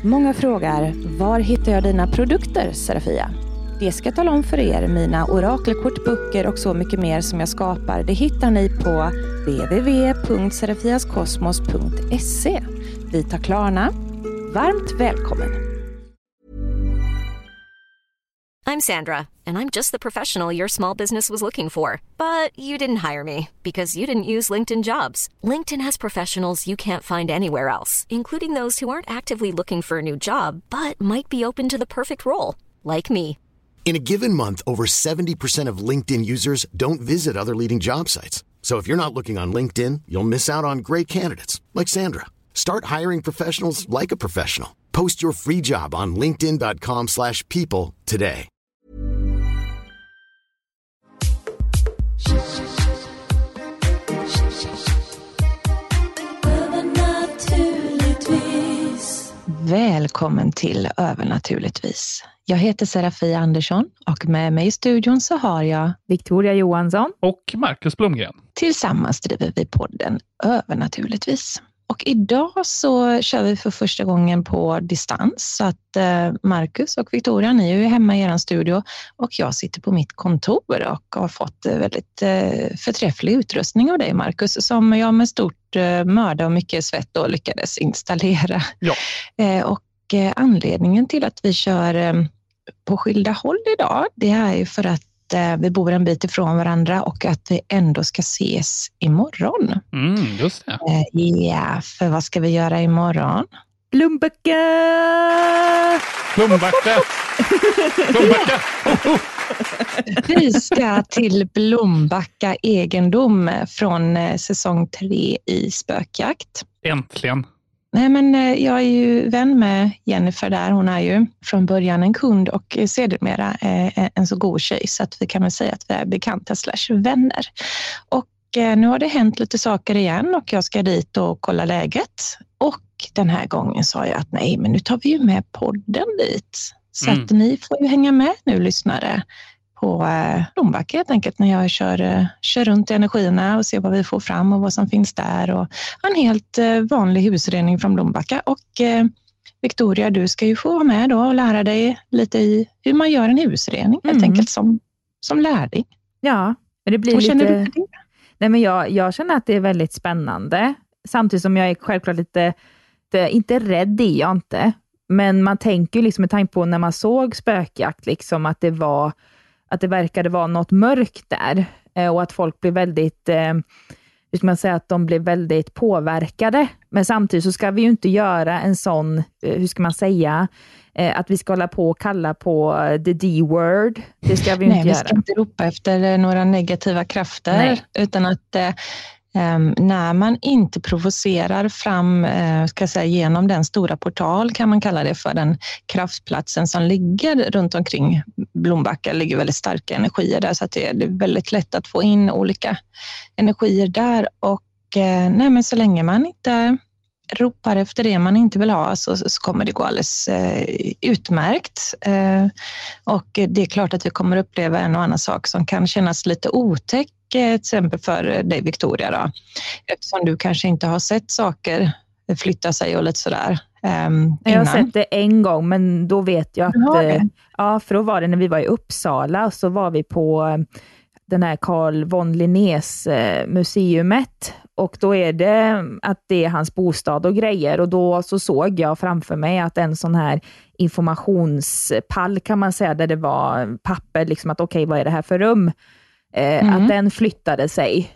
Många frågar, var hittar jag dina produkter, Serafia? Det ska jag tala om för er. Mina orakelkort, böcker och så mycket mer som jag skapar, det hittar ni på www.serafiaskosmos.se. Vi tar Klarna. Varmt välkommen! I'm Sandra, and I'm just the professional your small business was looking for. But you didn't hire me because you didn't use LinkedIn Jobs. LinkedIn has professionals you can't find anywhere else, including those who aren't actively looking for a new job, but might be open to the perfect role, like me. In a given month, over 70% of LinkedIn users don't visit other leading job sites. So if you're not looking on LinkedIn, you'll miss out on great candidates like Sandra. Start hiring professionals like a professional. Post your free job on linkedin.com/people today. Välkommen till Övernaturligtvis. Jag heter Serafia Andersson och med mig i studion så har jag Victoria Johansson och Marcus Blomgren. Tillsammans driver vi podden Övernaturligtvis. Och idag så kör vi för första gången på distans. Så att Marcus och Victoria, ni är ju hemma i er studio och jag sitter på mitt kontor och har fått väldigt förträfflig utrustning av dig, Marcus, som jag med stort möda och mycket svett då lyckades installera. Ja. Och anledningen till att vi kör på skilda håll idag, det är ju för att vi bor en bit ifrån varandra och att vi ändå ska ses imorgon. Just det. Ja, för vad ska vi göra imorgon? Blombacka! Blombacka! Blombacka! Vi ska till Blombacka egendom från säsong 3 i Spökjakt. Äntligen. Nej, men jag är ju vän med Jennifer där. Hon är ju från början en kund och sedermera en så god tjej, så att vi kan väl säga att vi är bekanta / vänner. Och nu har det hänt lite saker igen och jag ska dit och kolla läget. Och den här gången sa jag att nej, men nu tar vi ju med podden dit. Så att ni får ju hänga med nu, lyssnare, på Blombacka helt enkelt, när jag kör runt i energierna och ser vad vi får fram och vad som finns där. Och en helt vanlig husrening från Blombacka. Och Victoria, du ska ju få vara med då och lära dig lite i hur man gör en husrening helt enkelt som lärling. Ja, det blir lite... Känner du det? Nej, men jag känner att det är väldigt spännande. Samtidigt som jag är självklart inte rädd, är jag inte. Men man tänker ju liksom med tanke på när man såg Spökjakt liksom att det verkade vara något mörkt där. Och att folk blev väldigt, hur ska man säga, att de blev väldigt påverkade. Men samtidigt så ska vi ju inte göra en sån, hur ska man säga, att vi ska hålla på och kalla på the D-word. Det ska vi ju inte göra. Nej, vi ska inte ropa efter några negativa krafter. Nej. Utan att när man inte provocerar fram ska jag säga, genom den stora portal, kan man kalla det för, den kraftplatsen som ligger runt omkring Blombacka, ligger väldigt starka energier där, så att det är väldigt lätt att få in olika energier där. Och nej, men så länge man inte ropar efter det man inte vill ha så kommer det gå alldeles utmärkt. Och det är klart att vi kommer uppleva en och annan sak som kan kännas lite otäck, till exempel för dig, Victoria, då. Eftersom du kanske inte har sett saker flytta sig och lite sådär innan. Jag har sett det en gång, men då vet jag att ja, för då var det när vi var i Uppsala, och så var vi på den här Carl von Linnés museumet, och då är det att det är hans bostad och grejer, och då så såg jag framför mig att en sån här informationspall, kan man säga, där det var papper liksom, att okej, vad är det här för rum? Att den flyttade sig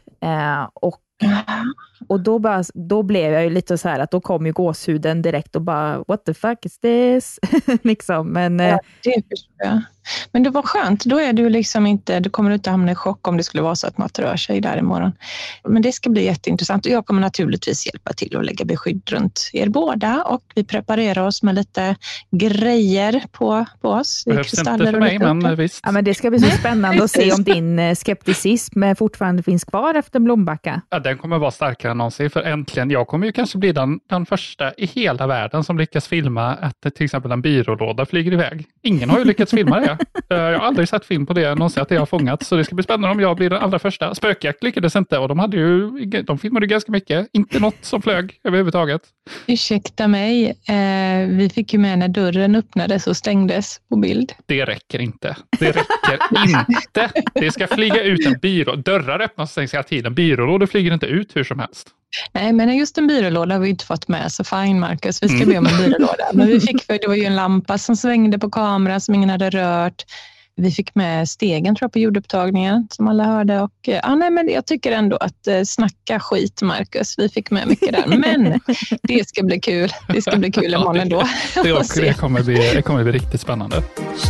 och då blev jag ju lite så här att då kom ju gåshuden direkt och bara what the fuck is this? liksom, men ja, det förstår jag. Men det var skönt, då är du liksom inte, du kommer inte hamna i chock om det skulle vara så att något rör sig där imorgon. Men det ska bli jätteintressant, och jag kommer naturligtvis hjälpa till att lägga beskydd runt er båda, och vi preparerar oss med lite grejer på oss. Behövs inte för mig, men visst. Ja, men det ska bli så spännande att se om din skepticism fortfarande finns kvar efter Blombacka. Ja, den kommer vara starkare än någonsin, för äntligen, jag kommer ju kanske bli den första i hela världen som lyckas filma att till exempel en byrålåda flyger iväg. Ingen har ju lyckats filma det. Jag har aldrig sett film på det någonsin, att det har fångat, så det ska bli spännande om jag blir den allra första. Spökjakt lyckades inte, och de filmade ganska mycket. Inte något som flög överhuvudtaget. Ursäkta mig, vi fick ju med när dörren öppnades och stängdes på bild. Det räcker inte. Det räcker inte. Det ska flyga ut en byrå. Dörrar öppnas och stängs hela tiden. Byrålådor flyger inte ut hur som helst. Nej, men just en byrålåda har vi inte fått med, så fine Marcus, vi ska be om en byrålåda. Men det var ju en lampa som svängde på kameran som ingen hade rört. Vi fick med stegen, tror jag, på ljudupptagningen som alla hörde. Och, men jag tycker ändå att snacka skit, Marcus. Vi fick med mycket där. Men det ska bli kul. Det ska bli kul imorgon ändå. Det kommer bli riktigt spännande.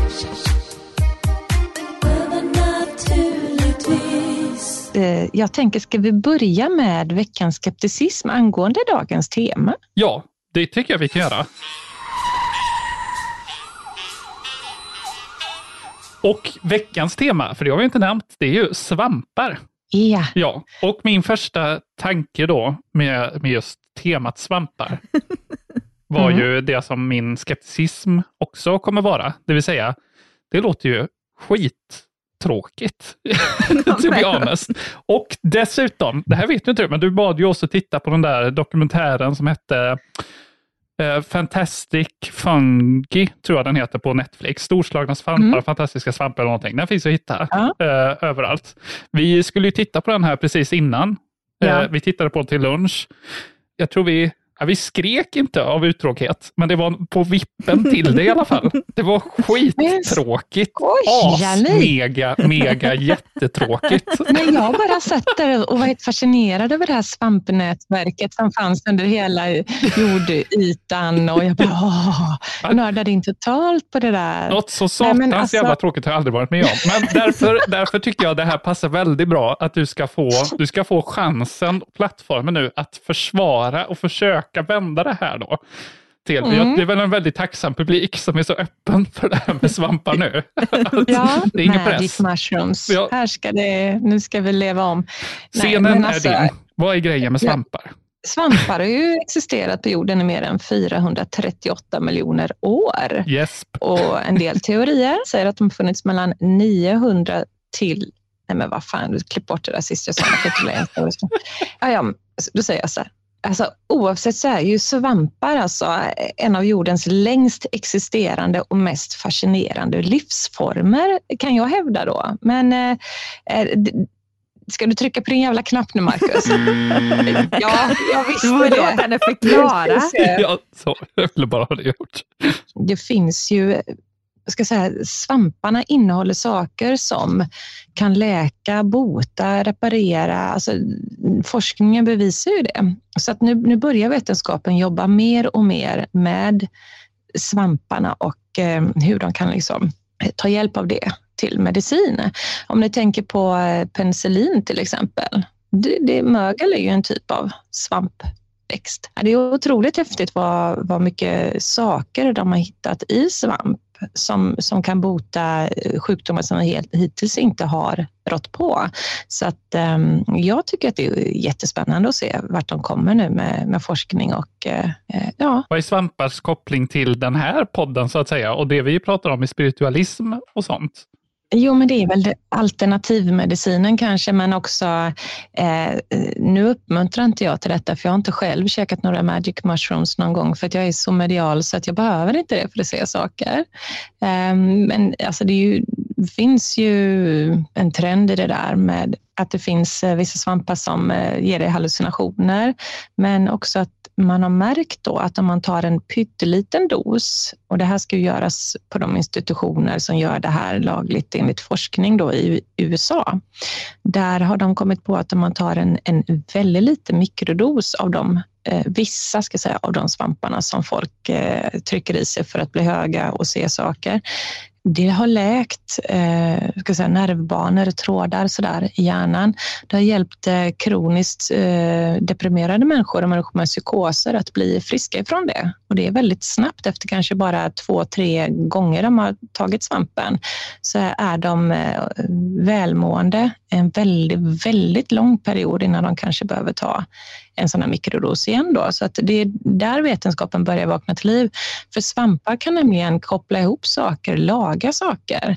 Jag tänker, ska vi börja med veckans skepticism angående dagens tema? Ja, det tycker jag vi kan göra. Och veckans tema, för det har vi inte nämnt, det är ju svampar. Yeah. Ja, och min första tanke då med just temat svampar var ju det som min skepticism också kommer vara. Det vill säga, det låter ju skittråkigt, to be honest. Och dessutom, det här vet du inte, men du bad ju oss att titta på den där dokumentären som hette Fantastic Fungi, tror jag den heter, på Netflix. Storslagna svampar, fantastiska svampar eller någonting. Den finns att hitta överallt. Vi skulle ju titta på den här precis innan. Vi tittade på den till lunch. Jag tror vi skrek inte av uttråkighet, men det var på vippen till det i alla fall. Det var skittråkigt. Mega jättetråkigt. Men jag bara satt där och var helt fascinerad över det här svampnätverket som fanns under hela jordytan, och jag bara nördade in totalt på det där. Något så satans jävla tråkigt har jag aldrig varit med om. Men därför tycker jag det här passar väldigt bra, att du ska få chansen och plattformen nu att försvara och försöka vända det här då. Det är väl en väldigt tacksam publik som är så öppen för det här med svampar nu. Ja, det är ingen magic press. Mushrooms. Här nu ska vi leva om. Scenen är din. Vad är grejen med svampar? Svampar har ju existerat på jorden i mer än 438 miljoner år. Yes. Och en del teorier säger att de funnits mellan 900 till... Nej men vad fan, du klipp bort det där sist jag sa. Då säger jag så här. Alltså, oavsett så är ju svampar alltså en av jordens längst existerande och mest fascinerande livsformer, kan jag hävda då. Men ska du trycka på din jävla knapp nu, Marcus? Ja, jag visste det. Låt henne förklara. Ja, så. Jag ville bara ha det gjort. Det finns ju... svamparna innehåller saker som kan läka, bota, reparera. Alltså, forskningen bevisar ju det. Så att nu börjar vetenskapen jobba mer och mer med svamparna och hur de kan liksom ta hjälp av det till medicin. Om ni tänker på penicillin till exempel. Mögel är ju en typ av svampväxt. Det är otroligt häftigt vad mycket saker de har hittat i svamp som kan bota sjukdomar som hittills inte har rått på. Så att jag tycker att det är jättespännande att se vart de kommer nu med forskning och ja. Vad är svampars koppling till den här podden så att säga, och det vi pratar om i spiritualism och sånt? Jo, men det är väl alternativmedicinen kanske, men också nu uppmuntrar inte jag till detta, för jag har inte själv käkat några magic mushrooms någon gång, för att jag är så medial så att jag behöver inte det för att se saker. Men alltså det finns ju en trend i det där med att det finns vissa svampar som ger dig hallucinationer, men också att man har märkt då att om man tar en pytteliten dos, och det här ska ju göras på de institutioner som gör det här lagligt enligt forskning då i USA, där har de kommit på att om man tar en väldigt liten mikrodos av de vissa av de svamparna som folk trycker i sig för att bli höga och se saker, det har läkt nervbanor, trådar sådär i hjärnan. Det har hjälpt kroniskt deprimerade människor och människor med psykoser att bli friska ifrån det. Och det är väldigt snabbt, efter kanske bara 2-3 gånger de har tagit svampen, så är de välmående en väldigt, väldigt lång period innan de kanske behöver ta en sån här mikrodos igen då. Så att det är där vetenskapen börjar vakna till liv. För svampar kan nämligen koppla ihop saker, laga saker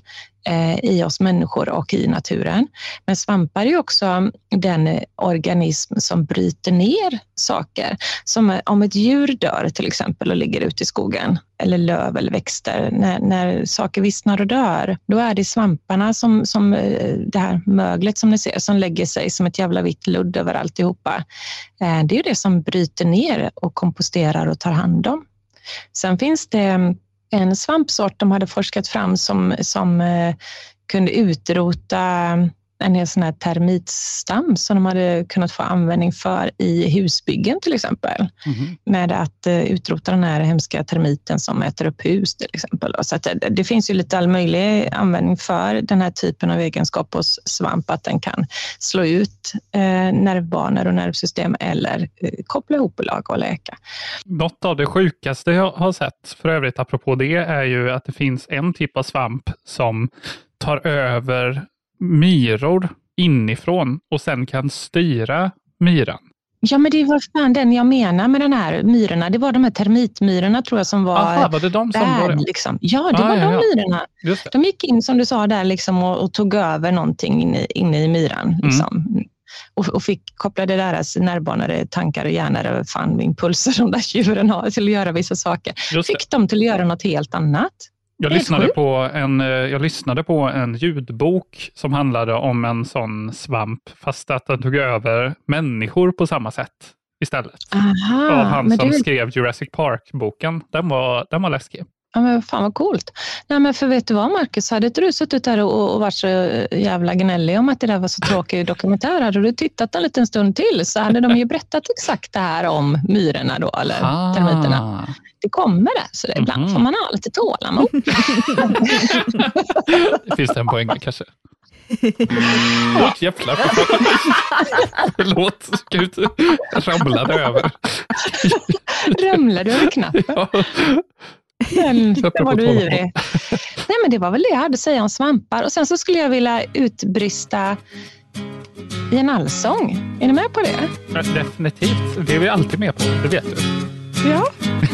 i oss människor och i naturen. Men svampar är ju också den organism som bryter ner saker. Som om ett djur dör till exempel och ligger ute i skogen, eller löv eller växter, när saker vissnar och dör, då är det svamparna som det här möglet som ni ser, som lägger sig som ett jävla vitt ludd över alltihopa. Det är ju det som bryter ner och komposterar och tar hand om. Sen finns det en svampsort de hade forskat fram som kunde utrota en hel sån här termitstam som de hade kunnat få användning för i husbyggen till exempel. Med att utrota den här hemska termiten som äter upp hus till exempel. Så att det finns ju lite all möjlig användning för den här typen av egenskap hos svamp, att den kan slå ut nervbanor och nervsystem eller koppla ihop och laga och läka. Något av det sjukaste jag har sett, för övrigt apropå det, är ju att det finns en typ av svamp som tar över myror inifrån och sen kan styra myran. Ja, men det var fan den jag menar med den här myrorna. Det var de här termitmyrorna tror jag som var... Aha, var det de som var det? Liksom. Ja, det var de myrorna. De gick in som du sa där liksom, och tog över någonting inne i myran. Liksom. Och fick koppla det deras nervbanor, tankar och hjärnor, fan impulser som där djuren har till att göra vissa saker. Fick dem till att göra något helt annat. Jag lyssnade på en ljudbok som handlade om en sån svamp, fast att den tog över människor på samma sätt istället. Aha, av han som skrev Jurassic Park-boken. Den var läskig. Ja, men fan vad coolt. Nej, men för vet du vad, Marcus, hade inte du suttit där och varit så jävla gnällig om att det där var så tråkig dokumentär, hade du tittat en liten stund till så hade de ju berättat exakt det här om myrorna då, eller termiterna. Det kommer det, så det ibland får man ha lite tålamod. Finns det en poäng kanske? Jävlar. Förlåt, gud. Jag ramlade över. Ramlade du över knappen? Ja. Det var du ivrig. Nej, men det var väl det jag hade att säga om svampar. Och sen så skulle jag vilja utbrista i en allsång. Är ni med på det? Ja, definitivt. Det är vi alltid med på, det vet du. Ja.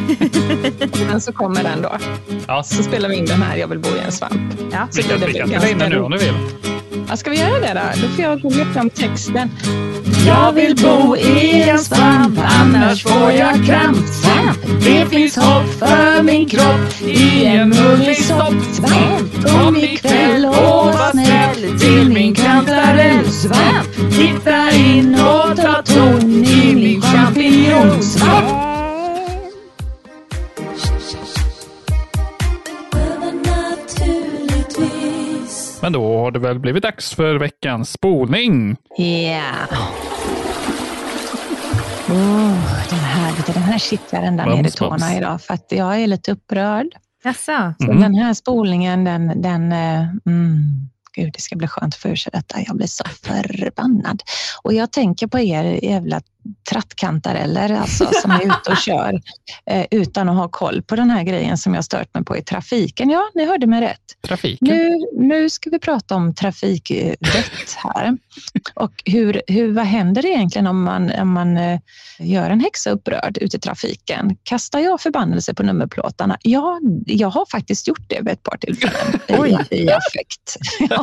Men så kommer den då. Ja. Så spelar vi in den här Jag vill bo i en svamp. Ja. Vi kan spela in den nu om du vill. Ja, ska vi göra det då? Då får jag googla fram texten. Jag vill bo i en svamp, annars får jag kramp. Svamp, det finns hopp för min kropp i en mullig sopp. Svamp, kom ikväll och var snäll till min kantarell. Svamp, titta in och ta ton i min champignon. Svamp. Men då har det väl blivit dags för veckans spolning. Ja. Den här kittlar ända ner i tårna idag för att jag är lite upprörd. Jaså? Så den här spolningen, gud, det ska bli skönt för sig detta. Jag blir så förbannad. Och jag tänker på er jävla trattkantareller alltså, som är ute och kör utan att ha koll på den här grejen som jag stört mig på i trafiken. Ja, ni hörde mig rätt. Trafiken? Nu ska vi prata om trafikvett här. Och vad händer egentligen om man gör en häxa upprörd ute i trafiken? Kastar jag förbannelse på nummerplåtarna? Ja, jag har faktiskt gjort det vid ett par tillfällen i affekt.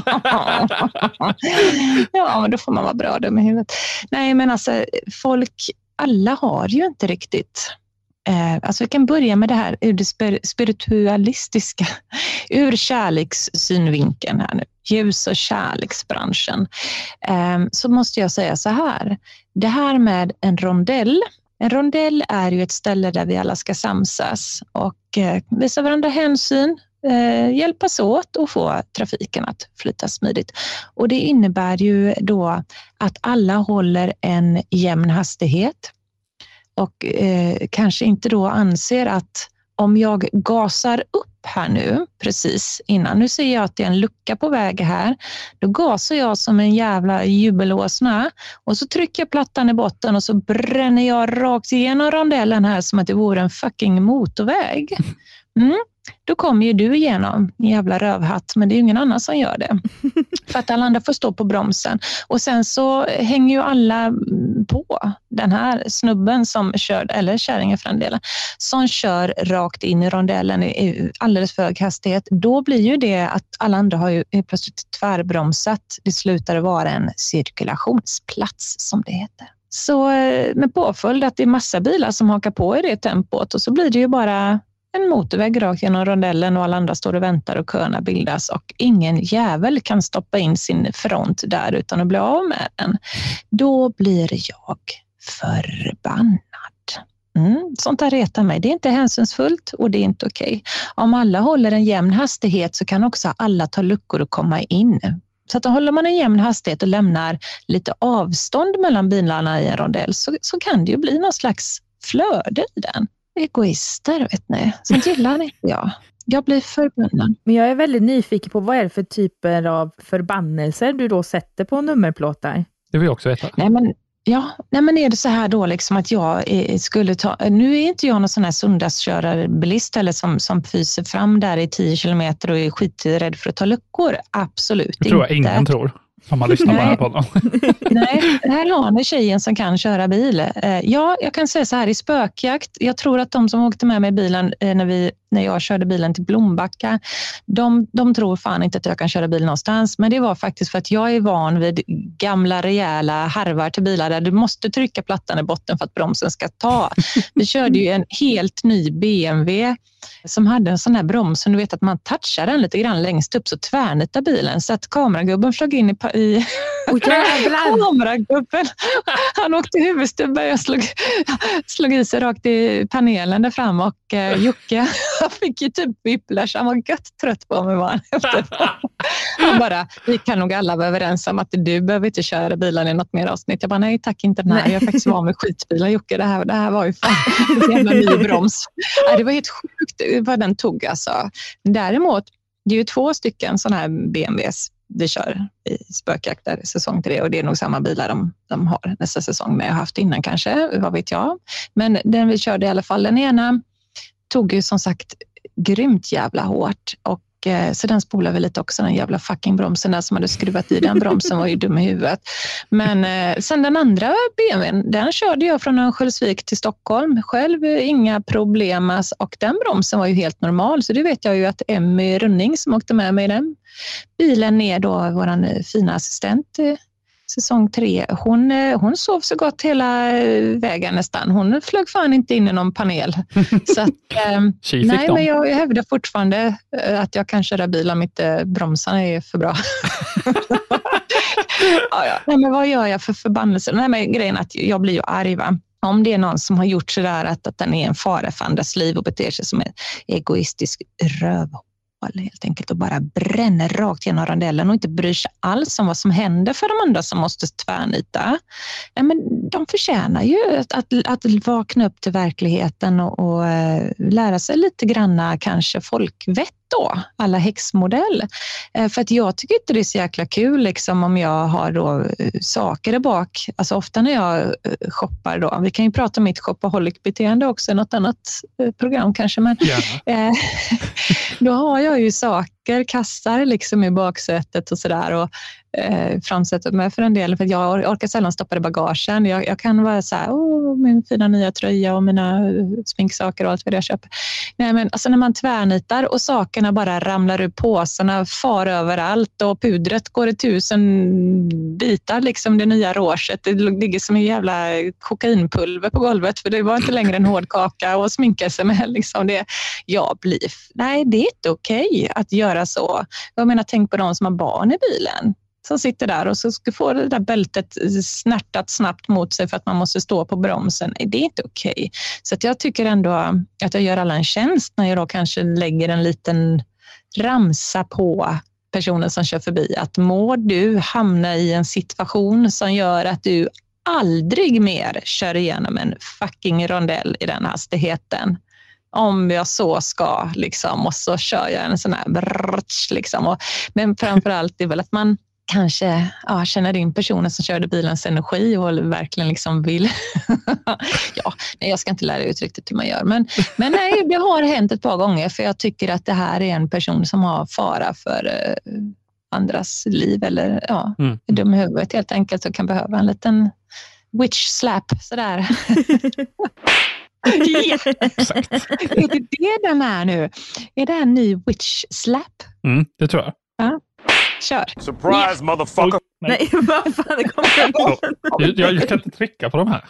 Ja, men då får man vara bra dum i huvudet. Nej, men alltså alla har ju inte riktigt... Alltså vi kan börja med det här ur det spiritualistiska, ur kärlekssynvinkeln här nu, ljus- och kärleksbranschen. Så måste jag säga så här, det här med en rondell är ju ett ställe där vi alla ska samsas och visa varandra hänsyn, hjälpas åt och få trafiken att flyta smidigt. Och det innebär ju då att alla håller en jämn hastighet. Och kanske inte då anser att om jag gasar upp här nu, precis innan. Nu ser jag att det är en lucka på väg här. Då gasar jag som en jävla jubelåsna och så trycker jag plattan i botten och så bränner jag rakt igenom rondellen här som att det vore en fucking motorväg. Då kommer ju du igenom en jävla rövhatt, men det är ju ingen annan som gör det. För att alla andra får stå på bromsen. Och sen så hänger ju alla på den här snubben som kör, eller kärringen för den delen, som kör rakt in i rondellen i alldeles för hög hastighet. Då blir ju det att alla andra har ju plötsligt tvärbromsat. Det slutar vara en cirkulationsplats som det heter. Så med påföljd att det är massa bilar som hakar på i det tempot och så blir det ju bara en motorväg rakt genom rondellen och alla andra står och väntar och köerna bildas och ingen jävel kan stoppa in sin front där utan att bli av med den. Då blir jag förbannad. Sånt här retar mig. Det är inte hänsynsfullt och det är inte okej. Om alla håller en jämn hastighet så kan också alla ta luckor och komma in. Så att håller man en jämn hastighet och lämnar lite avstånd mellan bilarna i en rondell så kan det ju bli någon slags flöde i den. Egoister, vet ni. Så gillar inte jag. Jag blir förbannad. Men jag är väldigt nyfiken på vad är det för typer av förbannelser du då sätter på nummerplåtar? Det vill jag också veta. Nej men är det så här då liksom att jag skulle ta... Nu är inte jag någon sån här söndagskörarbilist eller som fyser fram där i 10 kilometer och är skiträdd för att ta luckor. Absolut inte. Det tror jag ingen tror. Om man lyssnar bara på dem. Nej, här har ni tjejen som kan köra bil. Ja, jag kan säga så här i spökjakt. Jag tror att de som åkte med mig i bilen när jag körde bilen till Blombacka, de tror fan inte att jag kan köra bil någonstans. Men det var faktiskt för att jag är van vid gamla rejäla harvar till bilar där du måste trycka plattan i botten för att bromsen ska ta. Vi körde ju en helt ny BMW som hade en sån här broms som du vet att man touchar den lite grann längst upp så tvärnitar bilen så att kameragubben flög in i kameragubben. Han åkte huvudstubben och jag slog i sig rakt i panelen där fram och Jocke fick ju typ whiplash. Han var gött trött på mig var han efterpå. Han bara, vi kan nog alla vara överens om att du behöver inte köra bilen i något mer avsnitt. Jag bara, nej tack inte den här. Jag är faktiskt van med skitbilar Jocke. Det här var ju fan en jävla ny broms. Det var helt sjukt vad den tog alltså. Däremot, det är ju 2 stycken sådana här BMWs vi kör i spökjakter säsong 3 och det är nog samma bilar de har nästa säsong med jag har haft innan kanske, vad vet jag. Men den vi körde i alla fall, den ena tog ju som sagt grymt jävla hårt och så den spolade vi lite också, den jävla fucking bromsen där som hade skruvat i den bromsen var ju dum i huvudet. Men sen den andra BMWn, den körde jag från Örnsköldsvik till Stockholm. Själv inga problem och den bromsen var ju helt normal så det vet jag ju att Emmy Running som åkte med mig i den bilen ner då, våran fina assistent säsong 3, hon sov så gott hela vägen nästan. Hon flög fan inte in i någon panel. Så att, nej, men jag hävdar fortfarande att jag kan köra bil om inte bromsarna är för bra. Ja. Nej, men vad gör jag för förbannelse? Nej, men grejen är att jag blir ju arg va. Om det är någon som har gjort sådär att den är en fara för andras liv och beter sig som en egoistisk rövhål helt enkelt och bara bränner rakt genom rondellen och inte bryr sig alls om vad som händer för de andra som måste tvärnita. Ja, men de förtjänar ju att vakna upp till verkligheten och lära sig lite granna kanske folkvett då, alla häxmodell. För att jag tycker inte det är så jäkla kul liksom om jag har då saker där bak. Alltså ofta när jag shoppar då, vi kan ju prata om mitt shopaholic-beteende också i något annat program kanske, men då har jag ju saker, kassar liksom i baksätet och sådär och framsätet med för en del för jag orkar sällan stoppa i bagagen. Jag kan vara så här, min fina nya tröja och mina sminksaker och allt vad jag köper. Nej, men alltså när man tvärnitar och sakerna bara ramlar ur påsarna, far överallt och pudret går i 1000 bitar liksom det nya rouget. Det ligger som en jävla kokainpulver på golvet för det var inte längre en hård kaka och sminka sig med liksom det. Nej, det är inte okej att göra så. Jag menar, tänk på de som har barn i bilen. Som sitter där och så ska få det där bältet snärtat snabbt mot sig för att man måste stå på bromsen. Nej, det är inte okej. Så att jag tycker ändå att jag gör alla en tjänst när jag då kanske lägger en liten ramsa på personen som kör förbi. Att må du hamna i en situation som gör att du aldrig mer kör igenom en fucking rondell i den hastigheten. om jag så ska liksom, och så kör jag en sån här brrrtsch, liksom. Men framförallt är väl att man kanske känner in personen som körde bilens energi och verkligen liksom vill. Nej, jag ska inte lära ut riktigt hur man gör. Men nej, det har hänt ett par gånger, för jag tycker att det här är en person som har fara för andras liv eller är dum i huvudet helt enkelt, och kan behöva en liten witch slap sådär. Ja, exakt. Är det den är nu? Är det en ny witch slap? Det tror jag. Ja. Kör. Surprise, motherfucker! Nej, vad fan, det kommer jag kan inte trycka på de här.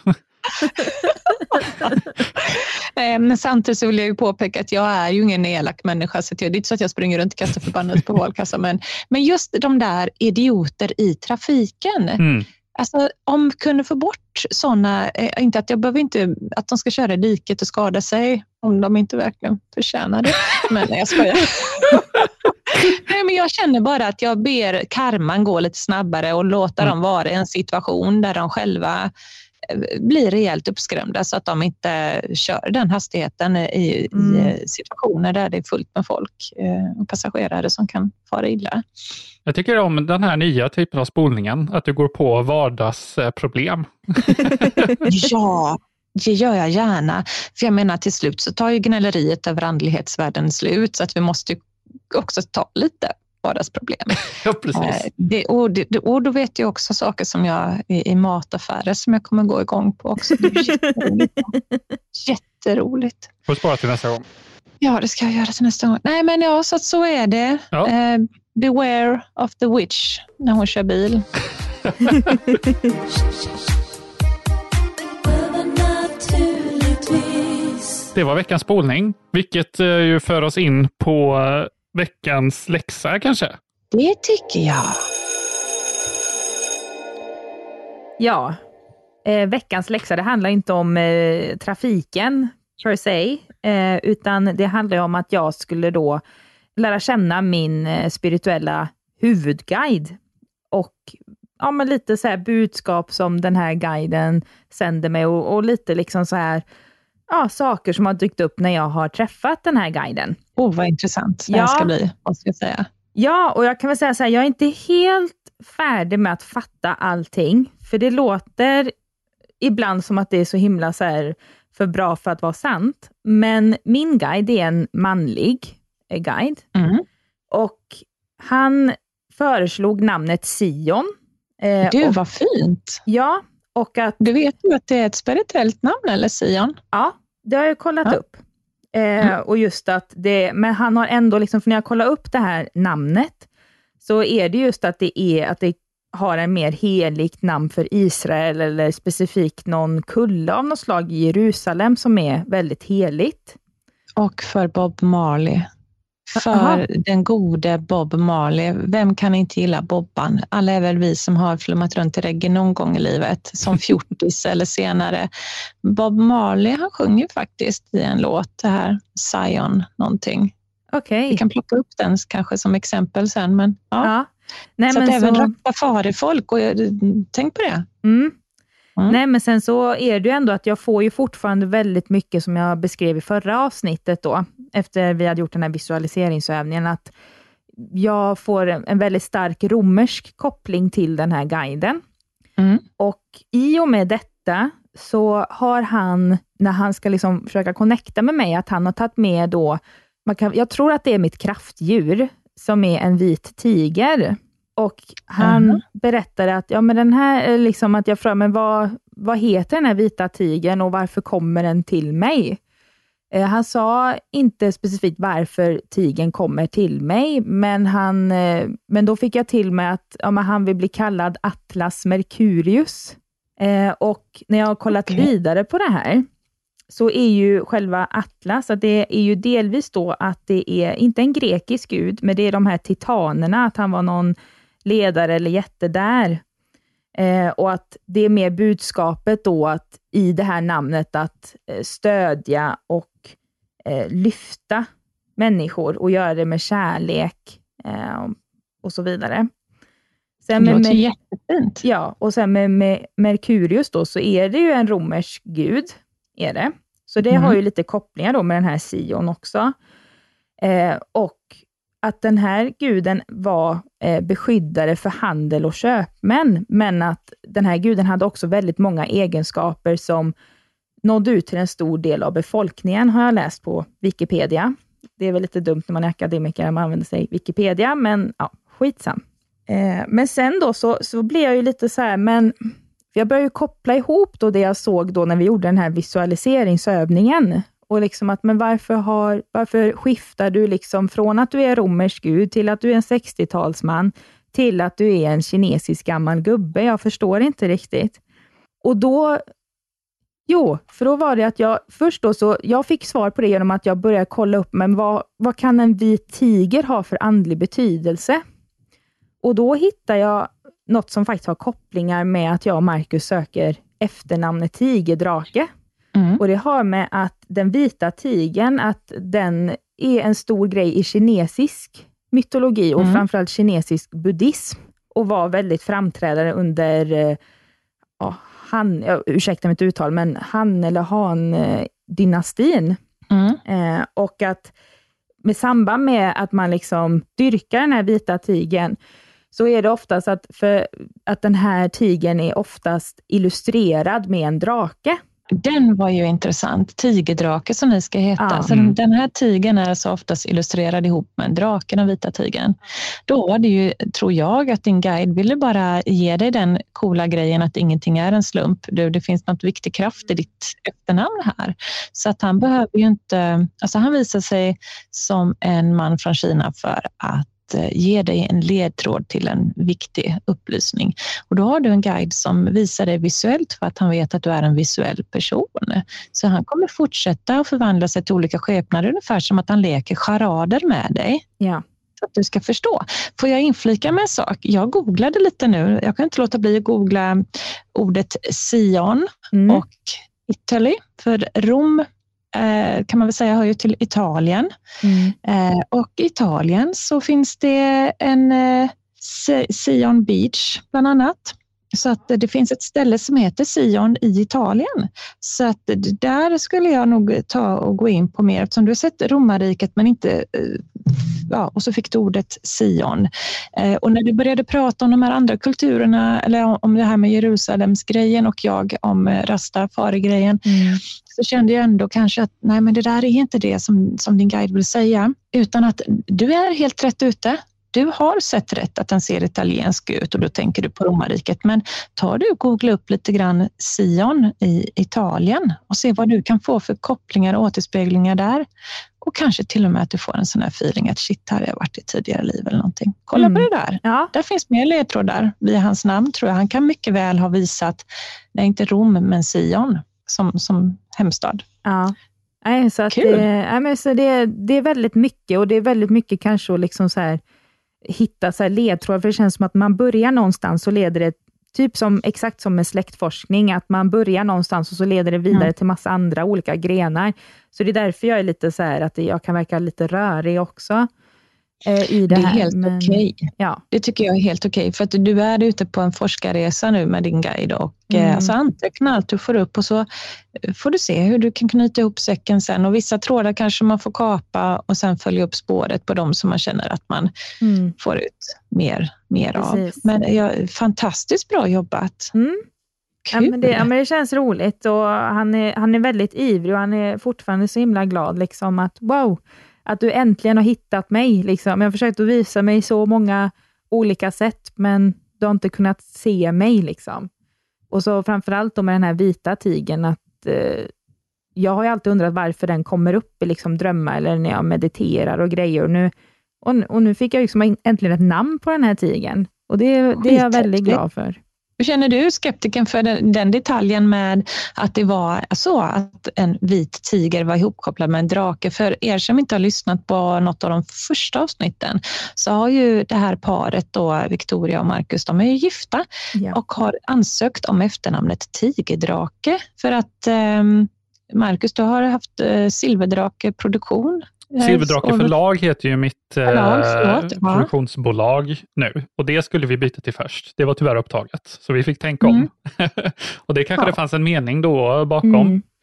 Men samtidigt så vill jag ju påpeka att jag är ju ingen elak människa, så det är inte så att jag springer runt och kastar förbannat på valkassa, men just de där idioter i trafiken. Alltså, om vi kunde få bort sådana, inte att jag behöver inte att de ska köra i diket och skada sig om de inte verkligen förtjänar det. Men jag skojar. Nej, men jag känner bara att jag ber karman gå lite snabbare och låta dem vara i en situation där de själva blir rejält uppskrämda, så att de inte kör den hastigheten i situationer där det är fullt med folk och passagerare som kan fara illa. Jag tycker om den här nya typen av spolningen, att du går på vardagsproblem. Ja, det gör jag gärna. För jag menar, till slut så tar ju gnälleriet över andlighetsvärlden slut, så att vi måste också ta lite vardagsproblem. Ja, precis. Och då vet jag också saker som jag i mataffärer som jag kommer gå igång på också. Det är jätteroligt. Jätteroligt. Får spara till nästa gång. Ja, det ska jag göra till nästa gång. Nej, men så är det. Ja. Beware of the witch när hon kör bil. Det var veckans spolning, vilket ju för oss in på veckans läxa kanske. Det tycker jag. Ja, veckans läxa, det handlar inte om trafiken per se, utan det handlar om att jag skulle då lära känna min spirituella huvudguide och men lite så här budskap som den här guiden sänder mig och lite liksom så här saker som har dykt upp när jag har träffat den här guiden. Vad intressant det här ska bli, måste jag säga. Ja, och jag kan väl säga så här, jag är inte helt färdig med att fatta allting, för det låter ibland som att det är så himla så här för bra för att vara sant. Men min guide är en manlig guide. Och han föreslog namnet Sion. Vad fint. Ja, och att... Du vet ju att det är ett spirituellt namn, eller Sion? Ja, det har jag kollat upp. Och just att det... Men han har ändå liksom, för när jag kollar upp det här namnet, så är det just att det har en mer heligt namn för Israel, eller specifikt någon kulle av något slag i Jerusalem som är väldigt heligt. Och för Bob Marley. För den gode Bob Marley. Vem kan inte gilla Bobban? Alla är väl vi som har flummat runt i reggae någon gång i livet. Som 40s eller senare. Bob Marley, han sjunger faktiskt i en låt, det här Sion någonting. Okej. Vi kan plocka upp den kanske som exempel sen. Men, ja. Nej, så men att även rastafari-folk, och tänk på det. Nej, men sen så är det ju ändå att jag får ju fortfarande väldigt mycket, som jag beskrev i förra avsnittet då, efter vi hade gjort den här visualiseringsövningen, att jag får en väldigt stark romersk koppling till den här guiden. Och i och med detta så har han, när han ska liksom försöka connecta med mig, att han har tagit med då, jag tror att det är mitt kraftdjur som är en vit tiger. Och han berättade att men den här, liksom, att jag frågade, men vad heter den här vita tigern och varför kommer den till mig? Han sa inte specifikt varför tigern kommer till mig, men då fick jag till mig att han vill bli kallad Atlas Mercurius. Och när jag har kollat vidare på det här, så är ju själva Atlas, att det är ju delvis då att det är inte en grekisk gud, men det är de här titanerna, att han var någon ledare eller jätte där. Och att det är mer budskapet då, att i det här namnet att stödja och lyfta människor och göra det med kärlek och så vidare. Sen det låter jättefint. Ja, och sen med Mercurius då, så är det ju en romersk gud, är det. Så det har ju lite kopplingar då med den här Sion också. Och att den här guden var beskyddare för handel och köpmän, men att den här guden hade också väldigt många egenskaper som nådde ut till en stor del av befolkningen, har jag läst på Wikipedia. Det är väl lite dumt när man är akademiker, man använder sig Wikipedia, men ja, skitsam. Men sen då så blev jag ju lite så här, men jag började ju koppla ihop då det jag såg då när vi gjorde den här visualiseringsövningen. Och liksom att, men varför skiftar du liksom från att du är romersk gud till att du är en 60-talsman till att du är en kinesisk gammal gubbe? Jag förstår inte riktigt. Och då, för då var det att jag fick svar på det genom att jag började kolla upp, men vad kan en vit tiger ha för andlig betydelse? Och då hittar jag något som faktiskt har kopplingar med att jag och Marcus söker efternamnet tigerdrake. Och det har med att den vita tigern, att den är en stor grej i kinesisk mytologi och framförallt kinesisk buddhism. Och var väldigt framträdande under ursäkta mitt uttal, men Han eller Han-dynastin. Och att med samband med att man liksom dyrkar den här vita tigern, så är det oftast att den här tigern är oftast illustrerad med en drake. Den var ju intressant. Tigerdrake som ni ska heta. Ja. Så den här tigern är så oftast illustrerad ihop med en drake, den vita tigern. Då var det ju, tror jag, att din guide ville bara ge dig den coola grejen att ingenting är en slump. Det finns något viktig kraft i ditt efternamn här. Så att han behöver ju inte... Alltså han visar sig som en man från Kina för att ge dig en ledtråd till en viktig upplysning. Och då har du en guide som visar dig visuellt för att han vet att du är en visuell person. Så han kommer fortsätta att förvandla sig till olika skepnader, ungefär som att han leker charader med dig. Ja. Så att du ska förstå. Får jag inflika med en sak? Jag googlade lite nu. Jag kan inte låta bli att googla ordet Sion och Italy. För Rom kan man väl säga hör ju till Italien. Och i Italien så finns det en Sion Beach bland annat. Så att det finns ett ställe som heter Sion i Italien. Så att där skulle jag nog ta och gå in på mer. Eftersom du har sett romarriket men inte... Ja, och så fick du ordet Sion. Och när du började prata om de här andra kulturerna, eller om det här med Jerusalemsgrejen och jag om Rastafari-grejen, så kände jag ändå kanske att nej, men det där är inte det som din guide vill säga. Utan att du är helt rätt ute. Du har sett rätt att den ser italiensk ut och då tänker du på romarriket. Men tar du och googla upp lite grann Sion i Italien och se vad du kan få för kopplingar och återspeglingar där. Och kanske till och med att du får en sån här feeling att shit, här har jag varit i tidigare liv eller någonting. Kolla på det där. Ja. Där finns mer ledtrådar via hans namn, tror jag. Han kan mycket väl ha visat, nej inte Rom men Sion som hemstad. Ja. Nej, så att det är väldigt mycket, och det är väldigt mycket kanske att liksom så här hitta så här ledtrådar, för det känns som att man börjar någonstans och leder det typ som exakt som med släktforskning, att man börjar någonstans och så leder det vidare till massa andra olika grenar. Så det är därför jag är lite så här att jag kan verka lite rörig också i det här. Det är helt okej. Ja. Det tycker jag är helt okej, för att du är ute på en forskarresa nu med din guide och alltså anteckna allt du får upp och så får du se hur du kan knyta ihop säcken sen, och vissa trådar kanske man får kapa och sen följa upp spåret på dem som man känner att man får ut mer av. Men fantastiskt bra jobbat. Ja, men det känns roligt, och han är väldigt ivrig och han är fortfarande så himla glad liksom att wow, att du äntligen har hittat mig liksom. Jag har försökt att visa mig så många olika sätt, men du har inte kunnat se mig liksom. Och så framförallt då med den här vita tigern, att jag har ju alltid undrat varför den kommer upp i liksom drömmar eller när jag mediterar och grejer, och nu fick jag liksom äntligen ett namn på den här tigern, och det är jag väldigt glad för. Hur känner du, skeptiken, för den detaljen med att det var så att en vit tiger var ihopkopplad med en drake? För er som inte har lyssnat på något av de första avsnitten, så har ju det här paret då, Victoria och Marcus, de är ju gifta och har ansökt om efternamnet Tigerdrake, för att Marcus, du har haft Silverdrake Produktion. Silverdrake förlag heter ju mitt produktionsbolag nu. Och det skulle vi byta till först. Det var tyvärr upptaget. Så vi fick tänka om. Och det kanske det fanns en mening då bakom.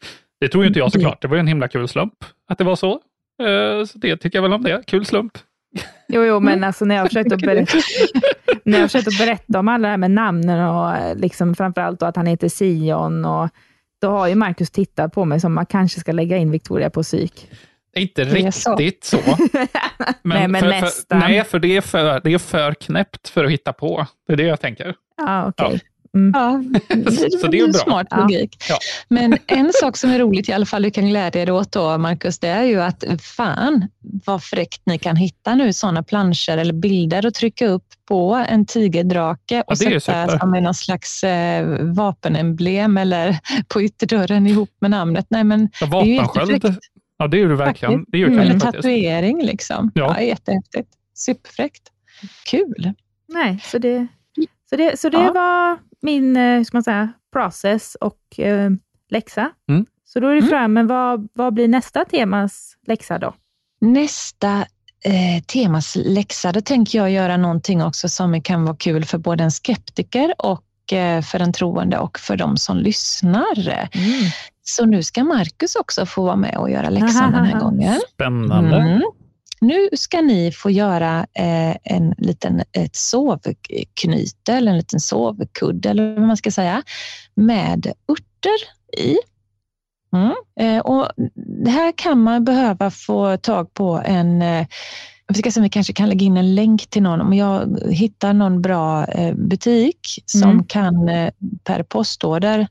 Det tror ju inte jag såklart. Det var ju en himla kul slump att det var så. Så det tycker jag väl om det. Kul slump. Jo, men alltså när jag försökte att berätta om alla det här med namnen och liksom framförallt då att han heter Sion, och då har ju Marcus tittat på mig som man kanske ska lägga in Victoria på psyk. Inte riktigt så. Men nästan. Nej, för det är för knäppt för att hitta på. Det är det jag tänker. Ja, okej. Ja. Ja, Så det är bra. Smart logik. Ja. Men en sak som är roligt i alla fall du kan glädja er åt då, Marcus, det är ju att fan vad fräckt ni kan hitta nu sådana planscher eller bilder och trycka upp på en tigerdrake och sätta som någon slags vapenemblem eller på ytterdörren ihop med namnet. Nej, men ja, det är ju jättefräckt. Ja, det är det verkligen. Det är ju eller tatuering liksom. Ja, jättehäftigt. Superfräckt. Kul. Nej, så det var min, hur ska man säga, process och läxa. Så då är det fram, men vad blir nästa temas läxa då? Nästa temas läxa, då tänker jag göra någonting också som kan vara kul för både en skeptiker och för en troende och för de som lyssnar. Så nu ska Marcus också få vara med och göra läxan den här gången. Spännande. Nu ska ni få göra ett sovknyte eller en liten sovkudde eller vad man ska säga med örter i. Och det här kan man behöva få tag på jag ska se om vi kanske kan lägga in en länk till någon. Om jag hittar någon bra butik som kan per postorder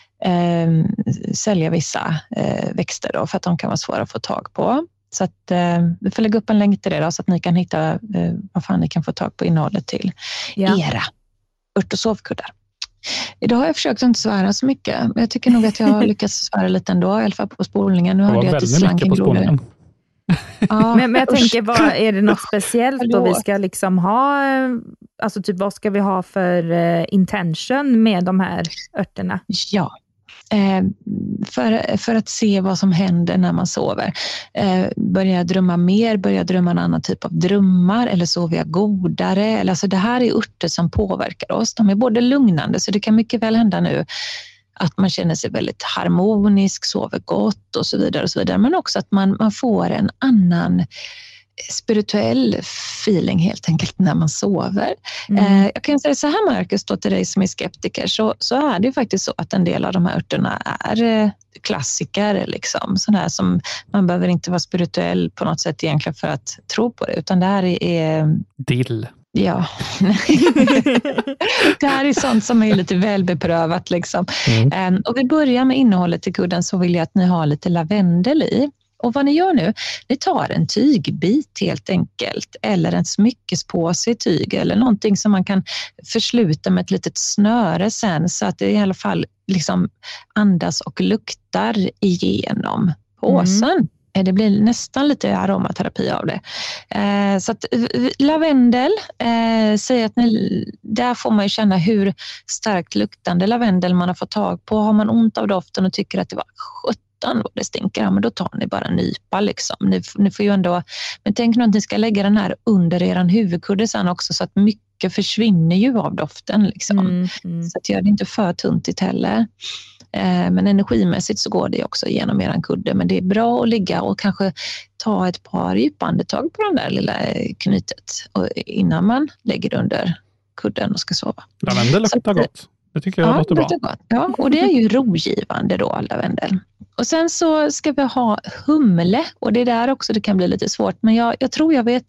sälja vissa växter då, för att de kan vara svåra att få tag på. Så att vi får lägga upp en länk till det då, så att ni kan hitta vad fan ni kan få tag på innehållet till era ört- och sovkuddar. Idag har jag försökt att inte svära så mycket, men jag tycker nog att jag har lyckats svära lite ändå, i alla fall på spolningen. Nu hörde jag att det slank en gloder. Ja, men jag tänker, är det något speciellt då vi ska liksom ha, alltså typ vad ska vi ha för intention med de här örterna? Ja. För att se vad som händer när man sover. Börjar jag drömma mer? Börjar jag drömma en annan typ av drömmar? Eller sover jag godare? Alltså det här är örter som påverkar oss. De är både lugnande, så det kan mycket väl hända nu att man känner sig väldigt harmonisk, sover gott och så vidare och så vidare. Men också att man får en annan spirituell feeling helt enkelt när man sover. Jag kan säga så här, Marcus, då till dig som är skeptiker, så är det ju faktiskt så att en del av de här örterna är klassiker liksom. Sådana här som man behöver inte vara spirituell på något sätt egentligen för att tro på det, utan det här är dill. Ja, det här är sånt som är lite välbeprövat liksom. Och vi börjar med innehållet i kudden, så vill jag att ni har lite lavendel i. Och vad ni gör nu, ni tar en tygbit helt enkelt, eller en smyckespåse i tyg eller någonting som man kan försluta med ett litet snöre sen, så att det i alla fall liksom andas och luktar igenom påsen. Det blir nästan lite aromaterapi av det. Så att lavendel, säger att där får man ju känna hur starkt luktande lavendel man har fått tag på. Har man ont av doften och tycker att det var vad det stinker, ja, men då tar ni bara en nypa liksom. Ni får ju ändå, men tänk nu att ni ska lägga den här under eran huvudkudde sen också, så att mycket försvinner ju av doften liksom. Så att gör det inte för tuntigt heller. Men energimässigt så går det också genom eran kudde, men det är bra att ligga och kanske ta ett par djupandetag på den där lilla knytet innan man lägger det under kudden och ska sova. Lavendel luktar gott. Det tycker jag låter bra. Gott. Ja, och det är ju rogivande då, lavendel. Och sen så ska vi ha humle, och det är där också det kan bli lite svårt, men jag tror jag vet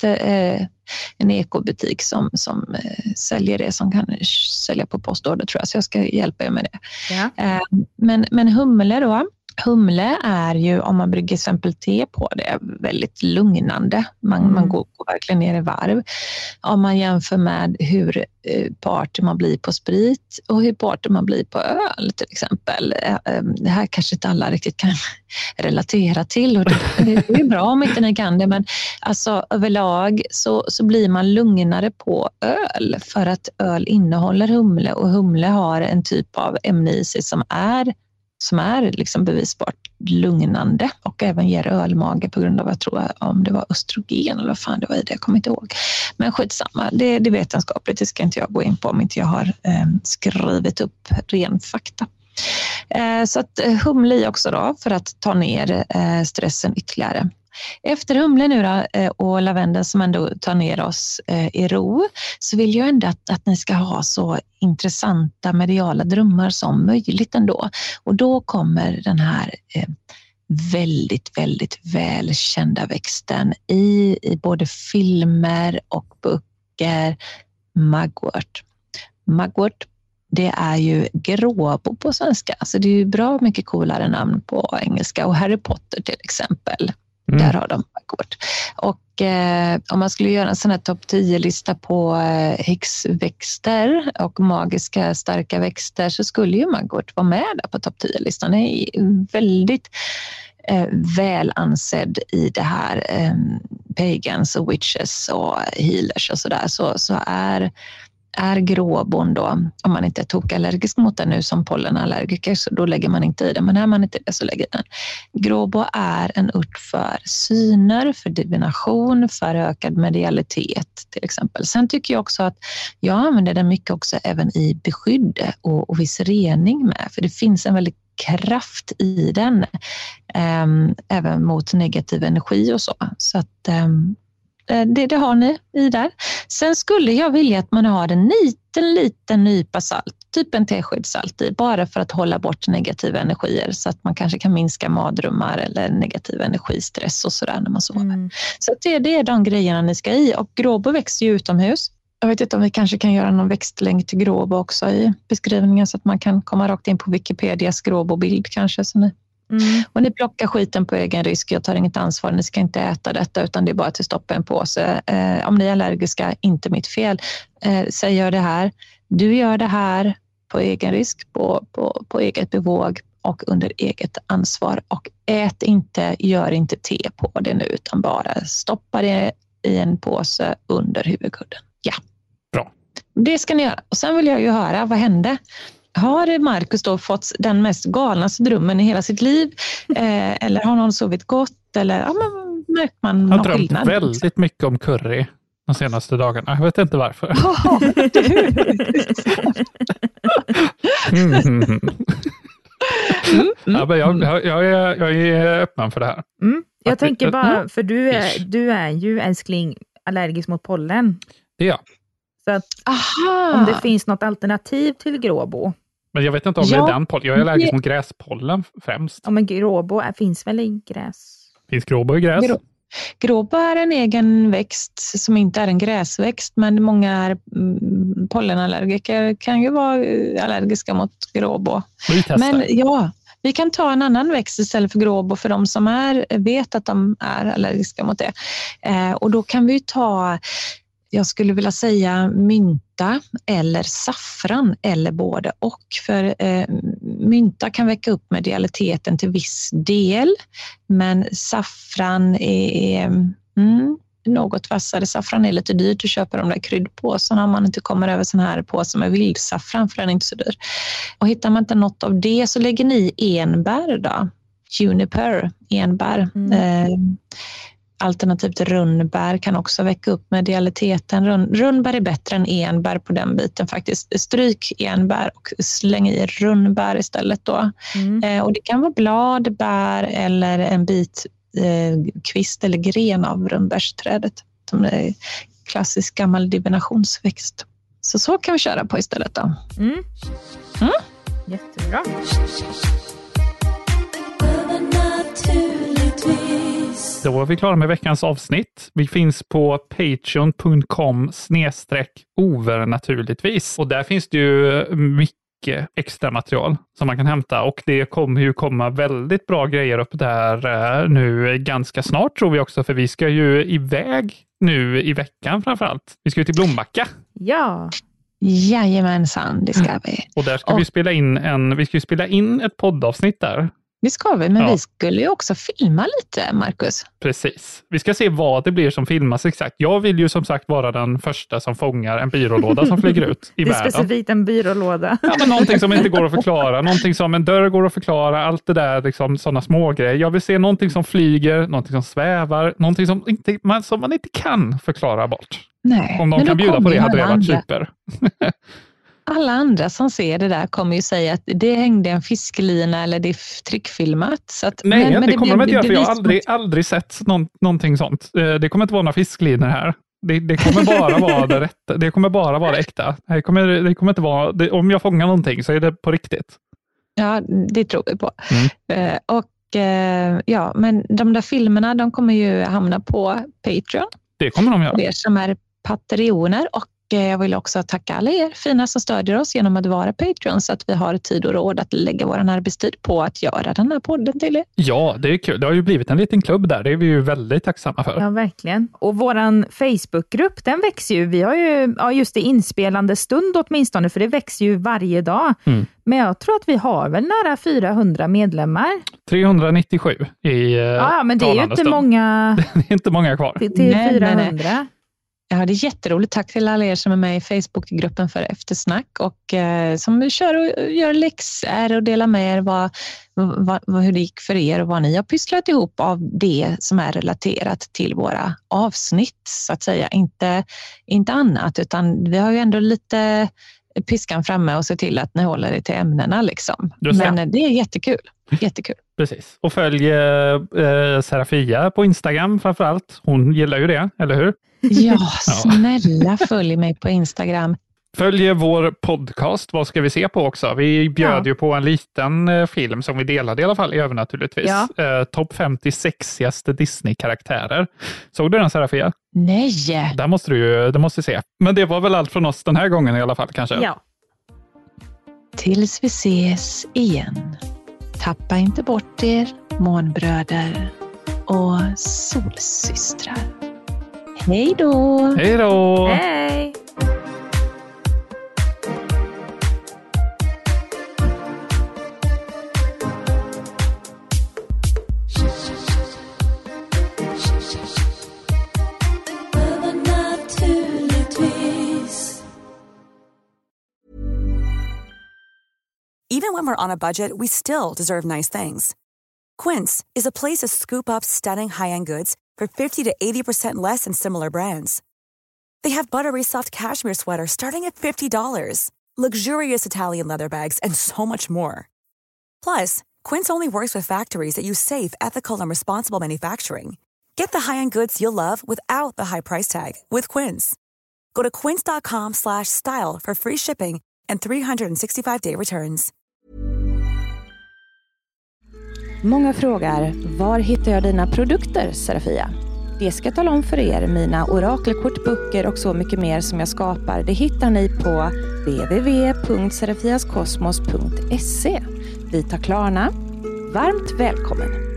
en ekobutik som säljer det, som kan sälja på postorder tror jag, så jag ska hjälpa er med det. Ja. Men humle då, humle är ju, om man brygger exempel te på det, väldigt lugnande. Man går verkligen ner i varv. Om man jämför med hur party man blir på sprit och hur party man blir på öl till exempel. Det här kanske inte alla riktigt kan relatera till, och det är bra om inte ni kan det, men alltså överlag så blir man lugnare på öl, för att öl innehåller humle, och humle har en typ av ämne i sig som är liksom bevisbart lugnande och även ger ölmage på grund av, jag tror om det var östrogen eller vad fan det var i det, jag kommer inte ihåg. Men skitsamma, det är vetenskapligt, det ska inte jag gå in på om inte jag har skrivit upp ren fakta. Så att humle i också då för att ta ner stressen ytterligare. Efter humle nu då, och lavendel som ändå tar ner oss i ro, så vill jag ändå att ni ska ha så intressanta mediala drömmar som möjligt ändå. Och då kommer den här väldigt, väldigt välkända växten i både filmer och böcker, mugwort. Mugwort, det är ju gråbo på svenska, så det är ju bra mycket coolare namn på engelska. Och Harry Potter till exempel, där har de mugwort. Och om man skulle göra en sån här topp 10-lista på häxväxter och magiska starka växter, så skulle ju mugwort vara med där på topp 10-listan. Den är väldigt väl ansedd i det här pagans och witches och healers och sådär. Så är gråbon då, om man inte är tokallergisk mot den nu som pollenallergiker, så då lägger man inte i den. Men är man inte det så lägger den. Gråbo är en urt för syner, för divination, för ökad medialitet till exempel. Sen tycker jag också att jag använder den mycket också även i beskydd och viss rening med. För det finns en väldigt kraft i den, även mot negativ energi och så. Så att det har ni i där. Sen skulle jag vilja att man har en liten nypa salt, typ en teskedssalt i, bara för att hålla bort negativa energier, så att man kanske kan minska mardrömmar eller negativ energistress och sådär när man sover. Så att det är de grejerna ni ska i. Och gråbo växer ju utomhus. Jag vet inte om vi kanske kan göra någon växtlänk till gråbo också i beskrivningen, så att man kan komma rakt in på Wikipedias gråbobild kanske. Så och ni plockar skiten på egen risk. Jag tar inget ansvar. Ni ska inte äta detta, utan det är bara att stoppa en påse. Om ni är allergiska, inte mitt fel. Säg gör det här. Du gör det här på egen risk, på eget bevåg och under eget ansvar. Och ät inte, gör inte te på det nu, utan bara stoppa det i en påse under huvudkudden. Ja. Bra. Det ska ni göra. Och sen vill jag ju höra, vad hände? Har Marcus då fått den mest galnaste drömmen i hela sitt liv? Eller har någon sovit gott? Eller märker man någon skillnad? Jag har drömt väldigt mycket om curry de senaste dagarna. Jag vet inte varför. Ja, men jag är öppen för det här. Jag tänker bara, för du är ju älskling allergisk mot pollen. Det är jag. Så att om det finns något alternativ till gråbo. Men jag vet inte om det är den pollen. Jag är allergisk mot gräspollen främst. Ja, men gråbo finns väl i gräs? Finns gråbo i gräs? Gråbo är en egen växt som inte är en gräsväxt, men många pollenallergiker kan ju vara allergiska mot gråbo. Men ja, vi kan ta en annan växt istället för gråbo för de som vet att de är allergiska mot det. Och då kan vi ta, jag skulle vilja säga mynta eller saffran eller både och. För mynta kan väcka upp medialiteten till viss del, men saffran är något vassare. Saffran är lite dyrt att köpa de där kryddpåsarna om man inte kommer över sån här påse med vildsaffran, för den är inte så dyr. Och hittar man inte något av det så lägger ni enbär då. Juniper, enbär. Alternativt rönnbär kan också väcka upp medialiteten. Rönnbär är bättre än enbär på den biten faktiskt. Stryk enbär och släng i rönnbär istället då. Och det kan vara blad, bär eller en bit kvist eller gren av rönnbärsträdet. Som är klassisk gammal divinationsväxt. Så kan vi köra på istället då. Jättebra. Då var vi klara med veckans avsnitt. Vi finns på patreon.com/overnaturligtvis. Och där finns det ju mycket extra material som man kan hämta. Och det kommer ju komma väldigt bra grejer upp där nu ganska snart, tror vi också. För vi ska ju iväg nu i veckan framförallt. Vi ska ju till Blombacka. Ja. Jajamensan, det ska vi. Och där ska vi spela in ett poddavsnitt där. Det ska vi, men vi skulle ju också filma lite, Marcus. Precis. Vi ska se vad det blir som filmas exakt. Jag vill ju som sagt vara den första som fångar en byrålåda som flyger ut i världen. Det är specifikt en byrålåda. Ja, men någonting som inte går att förklara. Någonting som en dörr går att förklara. Allt det där, liksom, sådana små grejer. Jag vill se någonting som flyger, någonting som svävar. Någonting som man inte kan förklara bort. Nej. Om de kan bjuda på det hade det varit super. alla andra som ser det där kommer ju säga att det hängde en fisklina eller det är trickfilmat. Så att, nej, men det kommer de inte göra, för jag har aldrig sett någonting sånt. Det kommer inte vara några fisklinor här. Det kommer bara vara det rätta. Det kommer bara vara äkta. Det kommer inte vara, om jag fångar någonting så är det på riktigt. Ja, det tror vi på. Ja, men de där filmerna, de kommer ju hamna på Patreon. Det kommer de göra. Det som är Patreoner, och jag vill också tacka alla er fina som stödjer oss genom att vara Patreon, så att vi har tid och råd att lägga vår arbetstid på att göra den här podden till er. Ja, det är kul. Det har ju blivit en liten klubb där. Det är vi ju väldigt tacksamma för. Ja, verkligen. Och våran Facebookgrupp, den växer ju. Vi har ju just det inspelande stund åtminstone, för det växer ju varje dag. Men jag tror att vi har väl nära 400 medlemmar. 397 i ja, men det är ju inte stund. Många. Det är inte många kvar. Till 400. Nej. Ja, det är jätteroligt. Tack till alla er som är med i Facebookgruppen för eftersnack och som kör och gör läxor och delar med er hur det gick för er och vad ni har pysslat ihop av det som är relaterat till våra avsnitt, så att säga. Inte annat, utan vi har ju ändå lite piskan framme och se till att ni håller er till ämnena liksom. Men det är jättekul. Jättekul. Precis. Och följ Serafia på Instagram framförallt. Hon gillar ju det, eller hur? Ja, snälla följ mig på Instagram. Följ vår podcast. Vad ska vi se på också? Vi bjöd ju på en liten film som vi delade i alla fall, även naturligtvis. Ja. Topp 50 sexigaste Disney-karaktärer. Såg du den, Serafia? Nej! Det måste se. Men det var väl allt från oss den här gången i alla fall, kanske? Ja. Tills vi ses igen. Tappa inte bort er, månbröder och solsystrar. Hej då! Hej då! Hej! Even when we're on a budget, we still deserve nice things. Quince is a place to scoop up stunning high-end goods for 50 to 80% less than similar brands. They have buttery soft cashmere sweaters starting at $50, luxurious Italian leather bags, and so much more. Plus, Quince only works with factories that use safe, ethical, and responsible manufacturing. Get the high-end goods you'll love without the high price tag with Quince. Go to quince.com/style for free shipping and 365-day returns. Många frågar, var hittar jag dina produkter, Serafia? Det ska jag tala om för er. Mina orakelkortböcker och så mycket mer som jag skapar, det hittar ni på www.serafiaskosmos.se. Vi tar Klarna. Varmt välkommen!